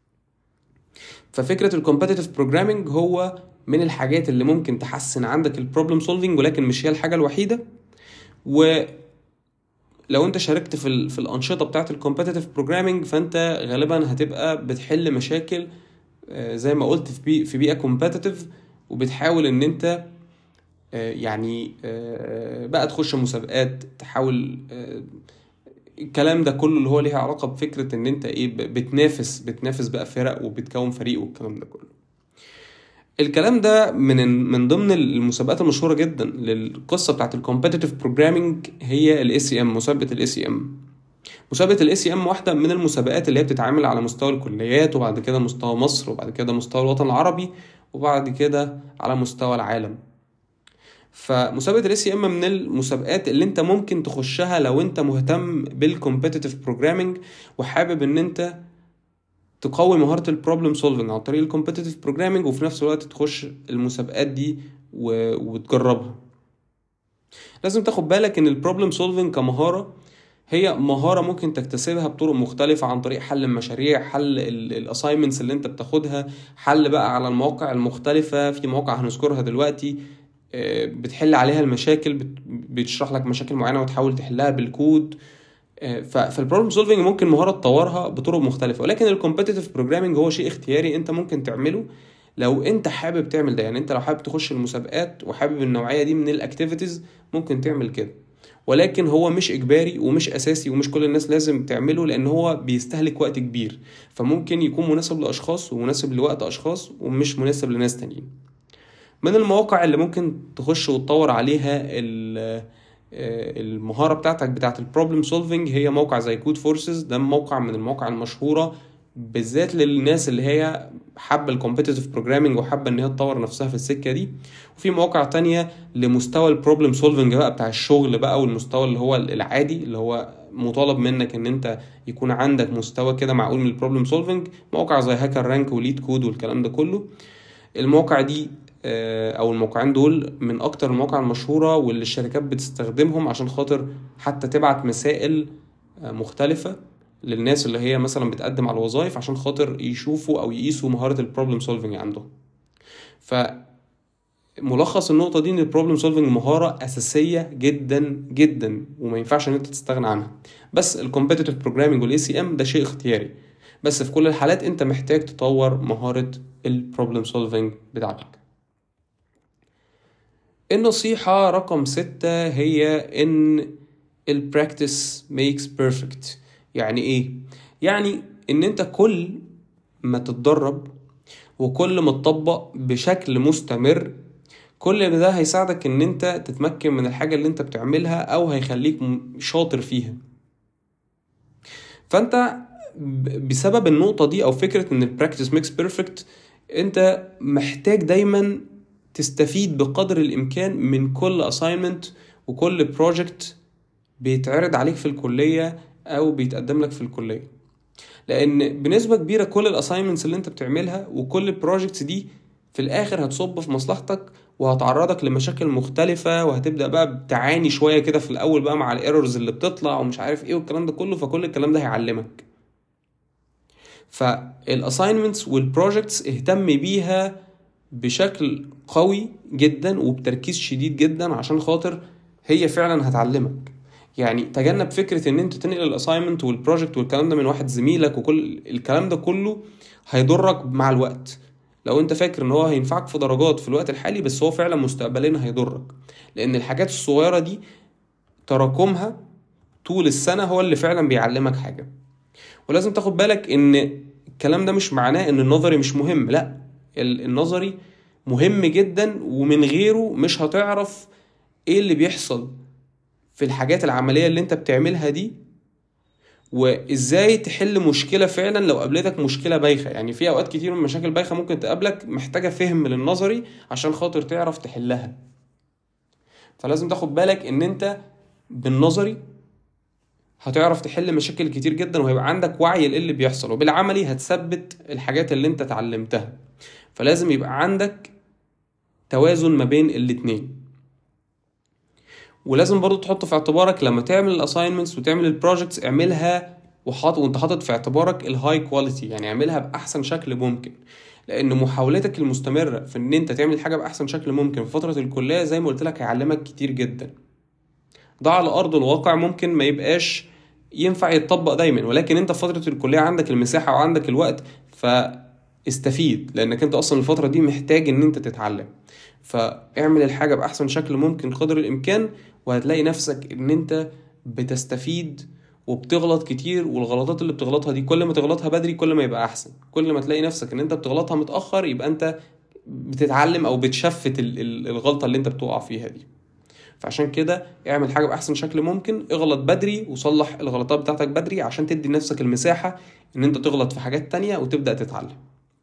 ففكرة الكومبيتيتيف بروجرامينج هو من الحاجات اللي ممكن تحسن عندك البروبلم سولفينج، ولكن مش هي الحاجة الوحيدة. ولو انت شاركت في الأنشطة بتاعة الكومبيتيتيف بروجرامينج فانت غالبا هتبقى بتحل مشاكل زي ما قلت في بيئة كومبيتيتيف، وبتحاول ان انت يعني بقى تخش مسابقات، تحاول الكلام ده كله اللي هو ليه علاقة بفكرة ان انت ايه بتنافس بقى فرق وبتكون فريق والكلام ده كله. الكلام ده من ضمن المسابقات المشهورة جدا للقصة بتاعت الكومبيتيتيف بروجرامينج هي الACM، مسابقة الACM. مسابقة الACM واحدة من المسابقات اللي هي بتتعامل على مستوى الكليات، وبعد كده مستوى مصر، وبعد كده مستوى الوطن العربي، وبعد كده على مستوى العالم. فمسابقة الACM من المسابقات اللي انت ممكن تخشها لو انت مهتم بالكومبيتيتيف بروجرامينج وحابب ان انت تقوي مهارة البروبلم سولفينج عن طريق الكومبيتيتيف بروجرامينج، وفي نفس الوقت تخش المسابقات دي وتجربها. لازم تاخد بالك ان البروبلم سولفينج كمهارة هي مهارة ممكن تكتسبها بطرق مختلفة، عن طريق حل المشاريع، حل الاساينمنتس اللي انت بتاخدها، حل بقى على المواقع المختلفة. في مواقع هنذكرها دلوقتي بتحل عليها المشاكل، بتشرح لك مشاكل معينة وتحاول تحلها بالكود. فالبروبلم سولفنج ممكن مهارة تطورها بطرق مختلفة، ولكن الكومبيتيتيف بروجرامينج هو شيء اختياري انت ممكن تعمله لو انت حابب تعمل ده. يعني انت لو حابب تخش المسابقات وحابب النوعية دي من الاكتيفيتيز ممكن تعمل كده، ولكن هو مش اجباري ومش اساسي ومش كل الناس لازم تعمله، لان هو بيستهلك وقت كبير. فممكن يكون مناسب لاشخاص ومناسب لوقت اشخاص ومش مناسب لناس تانيين. من المواقع اللي ممكن تخش وتطور عليها المهارة بتاعتك بتاعت البروبلم سولفينج هي موقع زي كود فورسز. ده موقع من المواقع المشهورة بالذات للناس اللي هي حابة الكومبيتيتيف بروجرامينج وحابة ان هي تطور نفسها في السكة دي. وفي مواقع تانية لمستوى البروبلم سولفينج بقى بتاع الشغل بقى، والمستوى اللي هو العادي اللي هو مطالب منك ان انت يكون عندك مستوى كده معقول من البروبلم سولفينج. موقع زي هاكر رانك وليد كود والكلام ده كله. المواقع دي او الموقعين دول من اكتر المواقع المشهورة واللي الشركات بتستخدمهم عشان خاطر حتى تبعت مسائل مختلفة للناس اللي هي مثلا بتقدم على الوظائف عشان خاطر يشوفوا او يقيسوا مهارة البروبلم سولفينج عندهم. فملخص النقطة دي ان البروبلم سولفينج مهارة اساسية جدا جدا وما ينفعش ان انت تستغنى عنها. بس الكومبيتيتيف بروجرامينج والاي سي ام ده شيء اختياري، بس في كل الحالات انت محتاج تطور مهارة البروبلم سولفينج بتاعتك. النصيحة رقم 6 هي ان البراكتس makes perfect. يعني ايه؟ يعني ان انت كل ما تتدرب وكل ما تطبق بشكل مستمر، كل ده هيساعدك ان انت تتمكن من الحاجة اللي انت بتعملها او هيخليك شاطر فيها. فانت بسبب النقطة دي او فكرة ان البراكتس ميكس بيرفكت، انت محتاج دايما تستفيد بقدر الامكان من كل assignment وكل project بيتعرض عليك في الكلية او بيتقدم لك في الكلية، لان بنسبة كبيرة كل الاساينمنتس اللي انت بتعملها وكل البروجكتس دي في الاخر هتصب في مصلحتك وهتعرضك لمشاكل مختلفة، وهتبدأ بقى بتعاني شوية كده في الاول بقى مع الايرورز اللي بتطلع ومش عارف ايه والكلام ده كله. فكل الكلام ده هيعلمك. فالاساينمنتس والبروجكتس اهتم بيها بشكل قوي جدا وبتركيز شديد جدا عشان خاطر هي فعلا هتعلمك. يعني تجنب فكرة ان انت تنقل الاساينمنت والبروجكت والكلام ده من واحد زميلك، وكل الكلام ده كله هيضرك مع الوقت. لو انت فاكر ان هو هينفعك في درجات في الوقت الحالي، بس هو فعلا مستقبليا هيضرك، لان الحاجات الصغيرة دي تراكمها طول السنة هو اللي فعلا بيعلمك حاجة. ولازم تاخد بالك ان الكلام ده مش معناه ان النظري مش مهم، لا، النظري مهم جدا، ومن غيره مش هتعرف ايه اللي بيحصل في الحاجات العملية اللي انت بتعملها دي، وازاي تحل مشكلة فعلا لو قابلتك مشكلة بايخة. يعني في اوقات كتير من مشاكل بايخة ممكن تقابلك محتاجة فهم للنظري عشان خاطر تعرف تحلها. فلازم تاخد بالك ان انت بالنظري هتعرف تحل مشاكل كتير جدا وهيبقى عندك وعي للي بيحصل، وبالعملي هتثبت الحاجات اللي انت اتعلمتها. فلازم يبقى عندك توازن ما بين الاتنين. ولازم برضو تحط في اعتبارك لما تعمل الاساينمنتس وتعمل البروجكتس اعملها وانت حاطط في اعتبارك الهاي كواليتي، يعني اعملها باحسن شكل ممكن، لان محاولتك المستمرة في ان انت تعمل حاجة باحسن شكل ممكن في فترة الكلية زي ما قلت لك هيعلمك كتير جدا. ده على ارض الواقع ممكن ما يبقاش ينفع يتطبق دايما، ولكن انت في فترة الكلية عندك المساحة وعندك الوقت، فاستفيد، لانك انت اصلا الفترة دي محتاج ان انت تتعلم. فاعمل الحاجة بأحسن شكل ممكن قدر الامكان، وهتلاقي نفسك ان انت بتستفيد وبتغلط كتير. والغلطات اللي بتغلطها دي كل ما تغلطها بدري كل ما يبقى احسن، كل ما تلاقي نفسك ان انت بتغلطها متأخر يبقى انت بتتعلم او بتشفت الغلطة اللي انت بتقع فيها دي. فعشان كده اعمل حاجة بأحسن شكل ممكن، اغلط بدري وصلح الغلطات بتاعتك بدري عشان تدي نفسك المساحة ان انت تغلط في حاجات تانية وتبدأ تتعلم.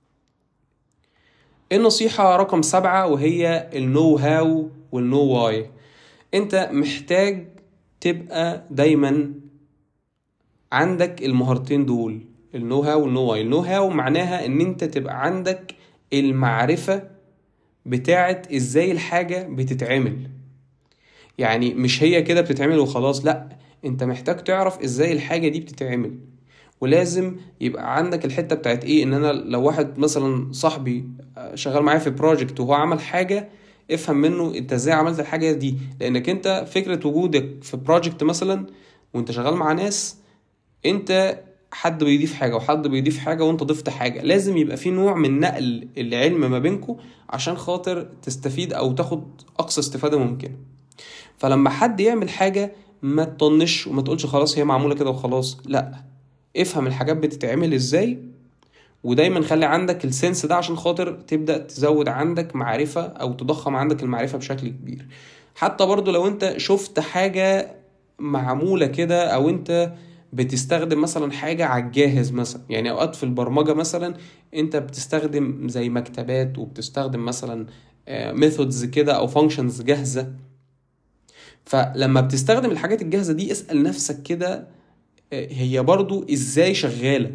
النصيحة رقم 7 وهي النو هاو والنو واي. انت محتاج تبقى دايما عندك المهارتين دول، النو هاو والنو واي. النو هاو معناها ان انت تبقى عندك المعرفة بتاعت ازاي الحاجة بتتعمل، يعني مش هي كده بتتعمل وخلاص، لا، انت محتاج تعرف ازاي الحاجة دي بتتعمل. ولازم يبقى عندك الحتة بتاعت ايه، ان انا لو واحد مثلا صاحبي شغال معايا في بروجكت وهو عمل حاجة، افهم منه انت ازاي عملت الحاجة دي. لانك انت فكرة وجودك في بروجكت مثلا وانت شغال مع ناس، انت حد بيضيف حاجة وحد بيضيف حاجة وانت ضفت حاجة، لازم يبقى في نوع من نقل العلم ما بينكو عشان خاطر تستفيد او تاخد اقصى استفادة ممكن. فلما حد يعمل حاجة ما تطنش وما تقولش خلاص هي معمولة كده وخلاص، لا، افهم الحاجات بتتعمل ازاي، ودايما خلي عندك السنس ده عشان خاطر تبدأ تزود عندك معرفة او تضخم عندك المعرفة بشكل كبير. حتى برضو لو انت شفت حاجة معمولة كده، او انت بتستخدم مثلا حاجة على الجاهز مثلا، يعني اوقات في البرمجة مثلا انت بتستخدم زي مكتبات وبتستخدم مثلا ميثودز كده او فانكشنز جاهزة. فلما بتستخدم الحاجات الجاهزة دي اسأل نفسك كده هي برضو ازاي شغالة،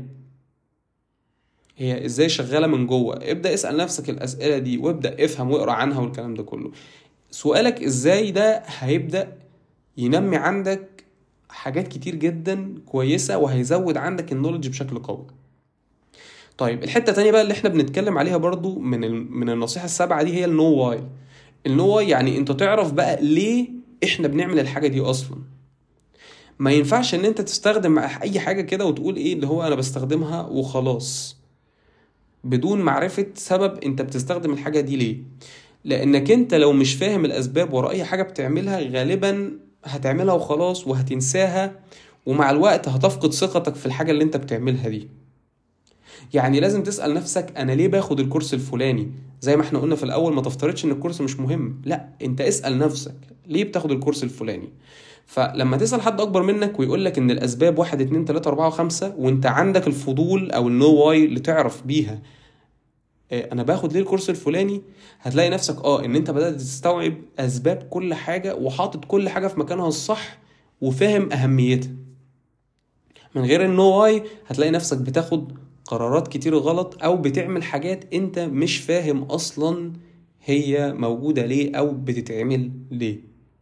هي ازاي شغالة من جوه. ابدأ اسأل نفسك الأسئلة دي وابدأ افهم واقرأ عنها والكلام ده كله. سؤالك ازاي ده هيبدأ ينمي عندك حاجات كتير جدا كويسة وهيزود عندك النولج بشكل قوي. طيب الحتة تانية بقى اللي احنا بنتكلم عليها برضو من النصيحة السبعة دي هي النو واي. النو واي يعني انت تعرف بقى ليه احنا بنعمل الحاجة دي اصلا. ما ينفعش ان انت تستخدم اي حاجة كده وتقول ايه اللي هو انا بستخدمها وخلاص، بدون معرفة سبب انت بتستخدم الحاجة دي ليه. لانك انت لو مش فاهم الاسباب وراء اي حاجة بتعملها غالبا هتعملها وخلاص وهتنساها، ومع الوقت هتفقد ثقتك في الحاجة اللي انت بتعملها دي. يعني لازم تسأل نفسك انا ليه باخد الكورس الفلاني. زي ما احنا قلنا في الاول، ما تفترضش ان الكورس مش مهم، لا، انت اسأل نفسك ليه بتاخد الكورس الفلاني. فلما تسأل حد اكبر منك ويقول لك ان الاسباب 1 2 3 4 و5، وانت عندك الفضول او النو واي اللي تعرف بيها انا باخد ليه الكورس الفلاني، هتلاقي نفسك ان انت بدأت تستوعب اسباب كل حاجة وحاطط كل حاجة في مكانها الصح وفاهم اهميتها. من غير النو واي هتلاقي نفسك بتاخد قرارات كتير غلط او بتعمل حاجات انت مش فاهم اصلا هي موجودة ليه او بتتعمل ليه.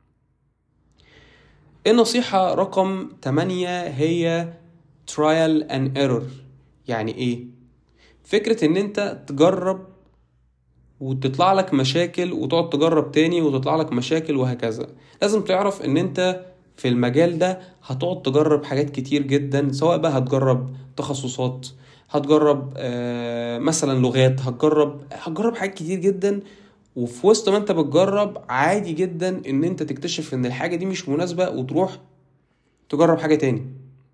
النصيحة رقم 8 هي trial and error. يعني ايه؟ فكرة ان انت تجرب وتطلع لك مشاكل وتقعد تجرب تاني وتطلع لك مشاكل وهكذا. لازم تعرف ان انت في المجال ده هتقعد تجرب حاجات كتير جدا، سواء بقى هتجرب تخصصات، هتجرب مثلا لغات، هتجرب حاجات كتير جدا. وفي وسط ما انت بتجرب عادي جدا ان انت تكتشف ان الحاجة دي مش مناسبة وتروح تجرب حاجة تاني.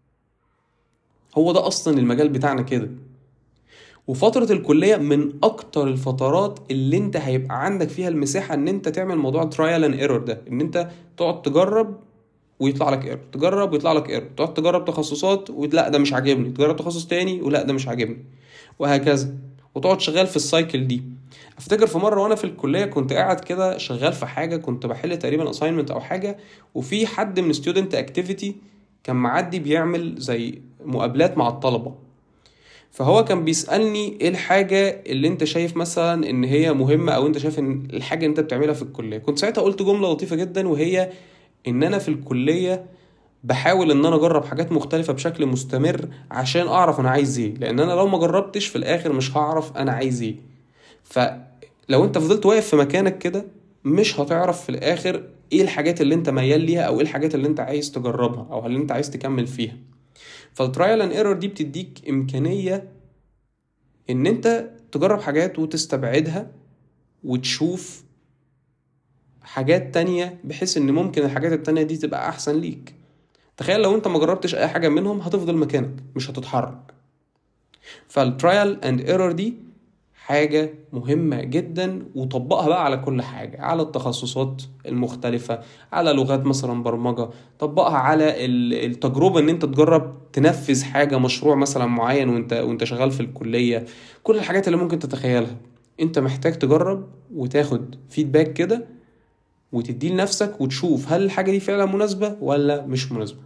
هو ده اصلا المجال بتاعنا كده. وفترة الكلية من اكتر الفترات اللي انت هيبقى عندك فيها المساحة ان انت تعمل موضوع trial and error ده، ان انت تقعد تجرب ويطلع لك ايرور، تجرب ويطلع لك ايرور، تقعد تجرب تخصصات ولا ده مش عاجبني، تجرب تخصص تاني ولا ده مش عاجبني، وهكذا، وتقعد شغال في السايكل دي. افتكر في مرة وانا في الكلية كنت قاعد كده شغال في حاجة، كنت بحل تقريبا assignment او حاجة، وفي حد من student activity كان معدي بيعمل زي مقابلات مع الطلبة. فهو كان بيسألني ايه الحاجة اللي انت شايف مثلا ان هي مهمة، او انت شايف ان الحاجة انت بتعملها في الكلية. كنت ساعتها قلت جملة لطيفة جدا، وهي ان انا في الكلية بحاول ان انا اجرب حاجات مختلفة بشكل مستمر عشان اعرف انا عايز ايه، لان انا لو ما جربتش في الاخر مش هعرف انا عايز ايه. فلو انت فضلت واقف في مكانك كده مش هتعرف في الاخر ايه الحاجات اللي انت ميال ليها او ايه الحاجات اللي انت عايز تجربها او اللي انت عايز تكمل فيها. فالترايل اند ايرور دي بتديك امكانية ان انت تجرب حاجات وتستبعدها وتشوف حاجات تانية، بحيث ان ممكن الحاجات التانية دي تبقى احسن ليك. تخيل لو انت ما جربتش اي حاجة منهم هتفضل مكانك مش هتتحرك. فالترايل اند ايرور دي حاجة مهمة جدا، وطبقها بقى على كل حاجة، على التخصصات المختلفة، على لغات مثلا برمجة، طبقها على التجربة ان انت تجرب تنفذ حاجة مشروع مثلا معين وانت شغال في الكلية. كل الحاجات اللي ممكن تتخيلها انت محتاج تجرب وتاخد فيدباك كده وتديه لنفسك وتشوف هل الحاجة دي فعلا مناسبة ولا مش مناسبة.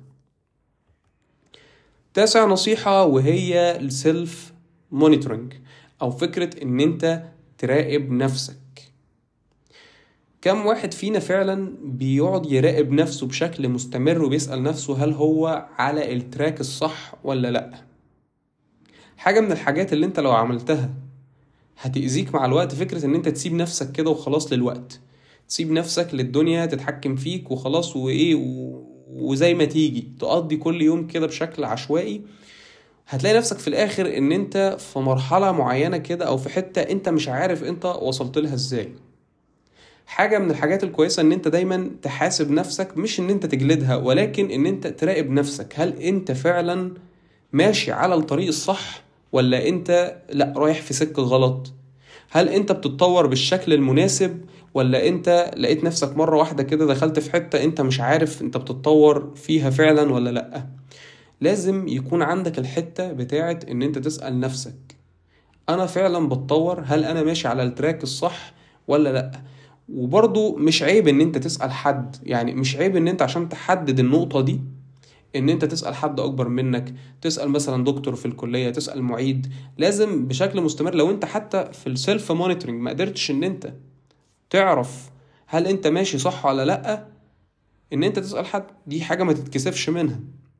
9 نصيحة وهي السيلف مونيتورنج، او فكرة ان انت تراقب نفسك. كم واحد فينا فعلا بيقعد يراقب نفسه بشكل مستمر وبيسأل نفسه هل هو على التراك الصح ولا لأ؟ حاجة من الحاجات اللي انت لو عملتها هتأذيك مع الوقت فكرة ان انت تسيب نفسك كده وخلاص للوقت، تسيب نفسك للدنيا تتحكم فيك وخلاص وزي ما تيجي تقضي كل يوم كده بشكل عشوائي. هتلاقي نفسك في الاخر ان انت في مرحلة معينة كده او في حتة انت مش عارف انت وصلت لها ازاي. حاجة من الحاجات الكويسة ان انت دايما تحاسب نفسك، مش ان انت تجلدها ولكن ان انت تراقب نفسك، هل انت فعلا ماشي على الطريق الصح ولا انت لا رايح في سكة غلط؟ هل انت بتتطور بالشكل المناسب ولا انت لقيت نفسك مرة واحدة كده دخلت في حتة انت مش عارف انت بتتطور فيها فعلا ولا لا؟ لازم يكون عندك الحتة بتاعت ان انت تسأل نفسك انا فعلا بتطور، هل انا ماشي على التراك الصح ولا لا؟ وبرضو مش عيب ان انت تسأل حد، يعني مش عيب ان انت عشان تحدد النقطة دي ان انت تسأل حد اكبر منك، تسأل مثلا دكتور في الكلية، تسأل معيد. لازم بشكل مستمر لو انت حتى في السيلف مونيتورنج ما قدرتش ان انت تعرف هل انت ماشي صح ولا لا، ان انت تسأل حد، دي حاجة ما تتكسفش منها.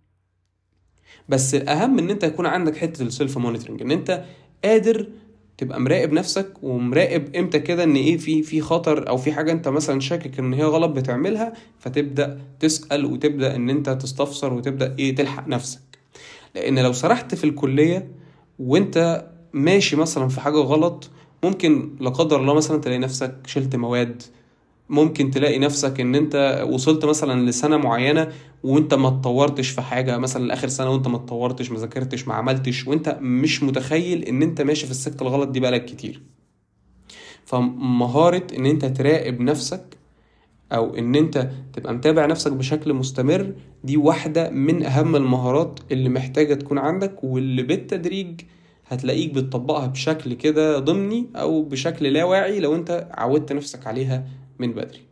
بس الاهم ان انت يكون عندك حتة السيلف مونيتورنج، ان انت قادر تبقى مراقب نفسك ومراقب امتى كده ان ايه في خطر او في حاجة انت مثلا شاكك ان هي غلط بتعملها، فتبدأ تسأل وتبدأ ان انت تستفسر وتبدأ ايه تلحق نفسك. لان لو سرحت في الكلية وانت ماشي مثلا في حاجة غلط، ممكن لا قدر الله مثلا تلاقي نفسك شلت مواد، ممكن تلاقي نفسك ان انت وصلت مثلا لسنة معينة وانت ما اتطورتش في حاجة، مثلا لاخر سنة وانت ما اتطورتش، ما ذاكرتش، ما عملتش، وانت مش متخيل ان انت ماشي في السكة الغلط دي بقالك كتير. فمهارة ان انت تراقب نفسك او ان انت تبقى متابع نفسك بشكل مستمر، دي واحدة من اهم المهارات اللي محتاجة تكون عندك، واللي بالتدريج هتلاقيك بتطبقها بشكل كده ضمني او بشكل لا واعي لو انت عودت نفسك عليها من بدري.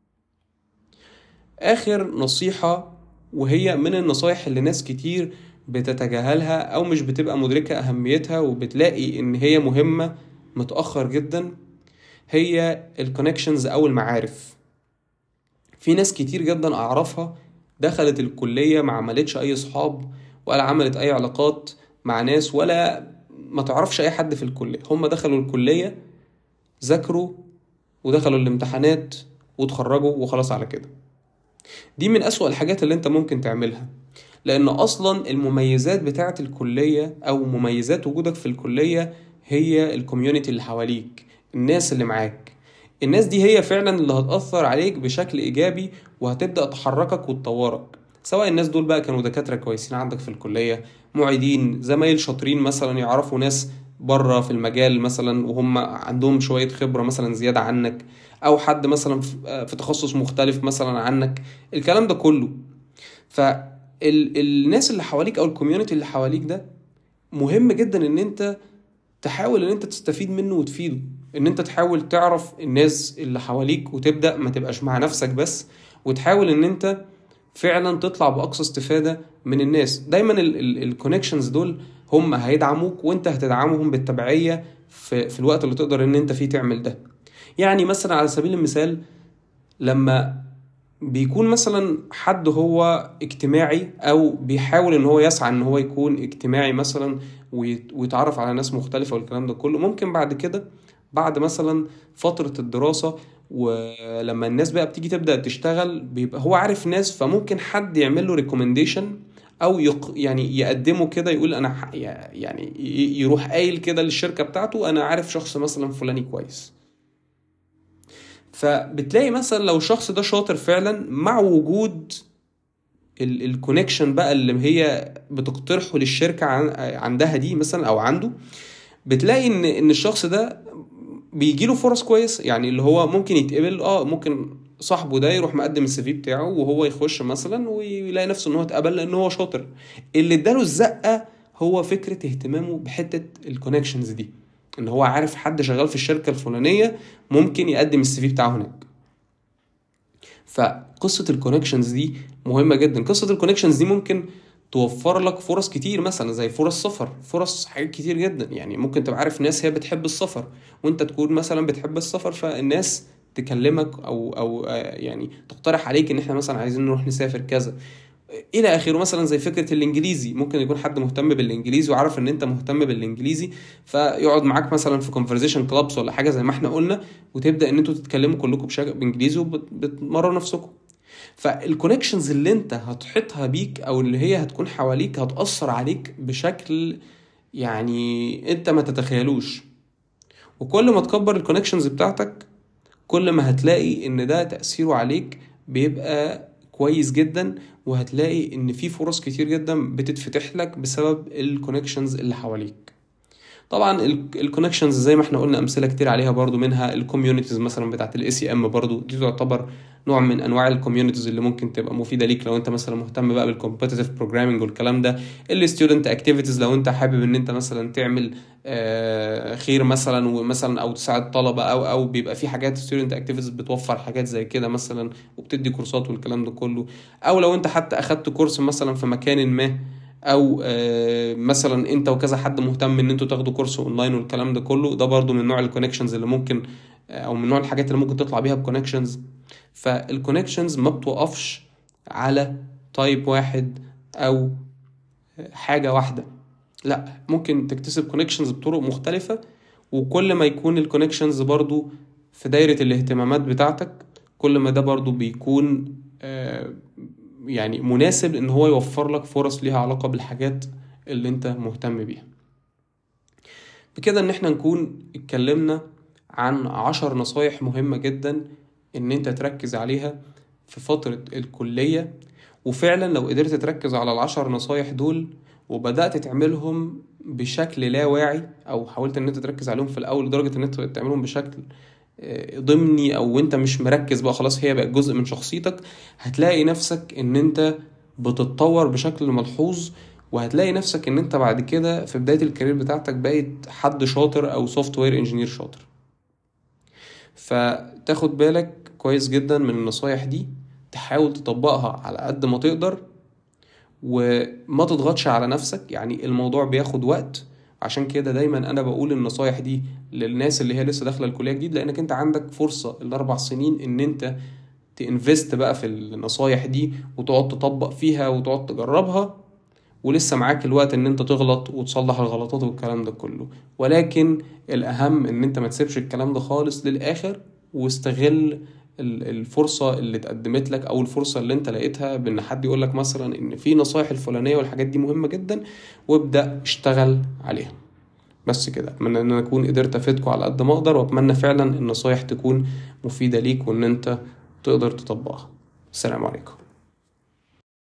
اخر نصيحة، وهي من النصايح اللي ناس كتير بتتجاهلها او مش بتبقى مدركة اهميتها وبتلاقي ان هي مهمة متأخر جدا، هي الكونكشنز او المعارف. في ناس كتير جدا اعرفها دخلت الكلية ما عملتش اي صحاب ولا عملت اي علاقات مع ناس ولا ما تعرفش اي حد في الكلية. هم دخلوا الكلية، ذاكروا ودخلوا الامتحانات وتخرجوا وخلاص على كده. دي من أسوأ الحاجات اللي انت ممكن تعملها، لان اصلا المميزات بتاعة الكلية او مميزات وجودك في الكلية هي الكوميونتي اللي حواليك، الناس اللي معاك. الناس دي هي فعلا اللي هتأثر عليك بشكل ايجابي وهتبدأ تحركك وتطورك، سواء الناس دول بقى كانوا دكاترة كويسين عندك في الكلية، معيدين، زمايل شاطرين مثلا يعرفوا ناس بره في المجال مثلا وهم عندهم شوية خبرة مثلا زيادة عنك، او حد مثلا في تخصص مختلف مثلا عنك، الكلام ده كله. فالناس اللي حواليك او الكوميونتي اللي حواليك ده مهم جدا ان انت تحاول ان انت تستفيد منه وتفيده، ان انت تحاول تعرف الناس اللي حواليك وتبدأ ما تبقاش مع نفسك بس، وتحاول ان انت فعلا تطلع بأقصى استفادة من الناس. دايما الكونكشنز دول هم هيدعموك وانت هتدعمهم بالتبعية في الوقت اللي تقدر ان انت فيه تعمل ده. يعني مثلا على سبيل المثال، لما بيكون مثلا حد هو اجتماعي او بيحاول ان هو يسعى ان هو يكون اجتماعي مثلا ويتعرف على ناس مختلفة والكلام ده كله، ممكن بعد كده بعد مثلا فترة الدراسة ولما الناس بقى بتيجي تبدأ تشتغل بيبقى هو عارف ناس، فممكن حد يعمل له ريكومنديشن او يعني يقدمه كده، يقول انا يعني يروح قايل كده للشركة بتاعته انا عارف شخص مثلا فلاني كويس. فبتلاقي مثلا لو الشخص ده شاطر فعلا مع وجود الكونكشن بقى اللي هي بتقترحه للشركة عندها دي مثلا او عنده، بتلاقي ان الشخص ده بيجيله فرص كويس، يعني اللي هو ممكن يتقبل، ممكن صاحبه ده يروح مقدم السي في بتاعه وهو يخش مثلا ويلاقي نفسه ان هو اتقبل لان هو شاطر. اللي اداله الزقة هو فكرة اهتمامه بحتة الكونكشنز دي، ان هو عارف حد شغال في الشركة الفلانية ممكن يقدم السي في بتاعه هناك. فقصة الكونكشنز دي مهمة جدا. قصة الكونكشنز دي ممكن توفر لك فرص كتير، مثلا زي فرص سفر، فرص حاجات كتير جدا. يعني ممكن تبقى عارف ناس هي بتحب السفر وانت تكون مثلا بتحب السفر، فالناس تكلمك او يعني تقترح عليك ان احنا مثلا عايزين نروح نسافر كذا الى اخره. مثلا زي فكره الانجليزي، ممكن يكون حد مهتم بالانجليزي وعارف ان انت مهتم بالانجليزي، فيقعد معاك مثلا في كونفرزيشن كلابس ولا حاجه زي ما احنا قلنا، وتبدا ان انتوا تتكلموا كلكم بانجليزي وبتمرنوا نفسكم. فالكونكشنز اللي انت هتحطها بيك او اللي هي هتكون حواليك هتأثر عليك بشكل يعني انت ما تتخيلوش. وكل ما تكبر الكونكشنز بتاعتك كل ما هتلاقي ان ده تأثيره عليك بيبقى كويس جدا، وهتلاقي ان في فرص كتير جدا بتتفتح لك بسبب الكونكشنز اللي حواليك. طبعا الكونكشنز زي ما احنا قلنا امثله كتير عليها برضو، منها الكوميونيتيز مثلا بتاعت الاي سي ام، برضو دي تعتبر نوع من انواع الكوميونيتيز اللي ممكن تبقى مفيده ليك لو انت مثلا مهتم بقى بالكومبيتيتيف بروجرامنج والكلام ده. الستودنت اكتيفيتيز لو انت حابب ان انت مثلا تعمل خير مثلا ومثلا او تساعد طلبه او بيبقى في حاجات ستودنت اكتيفيتيز بتوفر حاجات زي كده مثلا وبتدي كورسات والكلام ده كله. او لو انت حتى اخدت كورس مثلا في مكان ما، او مثلا انت وكذا حد مهتم ان انتوا تاخدوا كورس اونلاين والكلام ده كله، ده برضو من نوع الكونكشنز اللي ممكن او من نوع الحاجات اللي ممكن تطلع بيها بكونكشنز. فالكونكشنز ما بتوقفش على تايب واحد او حاجة واحدة، لا، ممكن تكتسب كونكشنز بطرق مختلفة. وكل ما يكون الكونكشنز برضو في دايرة الاهتمامات بتاعتك كل ما ده برضو بيكون يعني مناسب ان هو يوفر لك فرص ليها علاقة بالحاجات اللي انت مهتم بيها. بكده ان احنا نكون اتكلمنا عن 10 نصايح مهمة جدا ان انت تركز عليها في فترة الكلية. وفعلا لو قدرت تركز على ال10 نصايح دول وبدأت تعملهم بشكل لا واعي، او حاولت ان انت تركز عليهم في الاول لدرجة ان انت تعملهم بشكل ضمني او انت مش مركز بقى خلاص هي بقت جزء من شخصيتك، هتلاقي نفسك ان انت بتتطور بشكل ملحوظ. وهتلاقي نفسك ان انت بعد كده في بداية الكارير بتاعتك بقيت حد شاطر او سوفت وير انجينير شاطر. فتاخد بالك كويس جدا من النصايح دي، تحاول تطبقها على قد ما تقدر وما تضغطش على نفسك. يعني الموضوع بياخد وقت، عشان كده دايما انا بقول النصايح دي للناس اللي هي لسه داخله الكليه جديد، لانك انت عندك فرصه ال4 سنين ان انت تنفست بقى في النصايح دي وتقعد تطبق فيها وتقعد تجربها، ولسه معاك الوقت ان انت تغلط وتصلح الغلطات والكلام ده كله. ولكن الاهم ان انت ما تسيبش الكلام ده خالص للاخر، واستغل الفرصة اللي اتقدمت لك او الفرصة اللي انت لقيتها بان حد يقول لك مثلا ان في نصايح الفلانية والحاجات دي مهمة جدا، وابدأ اشتغل عليها. بس كده، اتمنى ان انا اكون قدرت افيدكم على قد ما اقدر، واتمنى فعلا النصايح تكون مفيدة ليك وان انت تقدر تطبقها. السلام عليكم.